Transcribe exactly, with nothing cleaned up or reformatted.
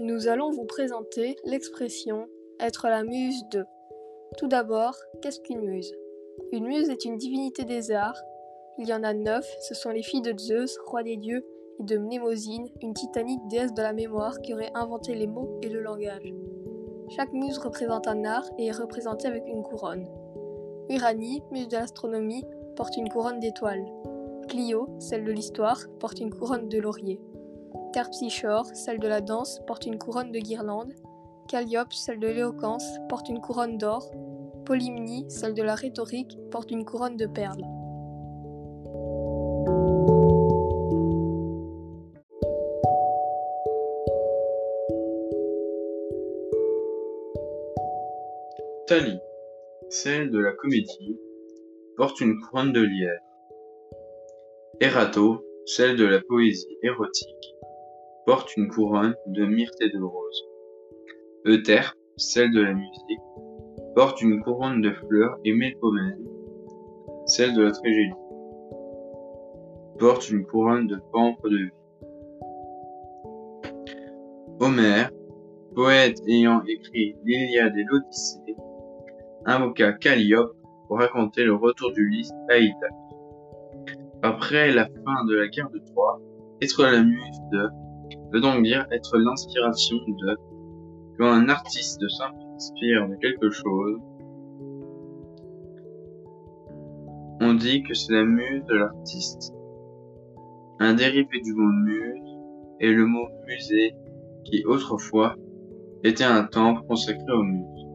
Nous allons vous présenter l'expression « être la muse de ». Tout d'abord, qu'est-ce qu'une muse? Une muse est une divinité des arts. Il y en a neuf, ce sont les filles de Zeus, roi des dieux, et de Mnémosyne, une titanique déesse de la mémoire qui aurait inventé les mots et le langage. Chaque muse représente un art et est représentée avec une couronne. Uranie, muse de l'astronomie, porte une couronne d'étoiles. Clio, celle de l'histoire, porte une couronne de laurier. Terpsichore, celle de la danse, porte une couronne de guirlande. Calliope, celle de l'éloquence, porte une couronne d'or. Polymnie, celle de la rhétorique, porte une couronne de perles. Thalie, celle de la comédie, porte une couronne de lierre. Erato, celle de la poésie érotique, porte une couronne de myrte et de rose. Euterpe, celle de la musique, porte une couronne de fleurs, et Mélpomène, celle de la tragédie, porte une couronne de pampres de vie. Homère, poète ayant écrit l'Iliade et l'Odyssée, invoqua Calliope pour raconter le retour d'Ulysse à Ithaque. Après la fin de la guerre de Troie, être la muse de veut donc dire être l'inspiration de. Quand un artiste s'inspire de quelque chose, on dit que c'est la muse de l'artiste. Un dérivé du mot muse est le mot musée qui autrefois était un temple consacré aux muses.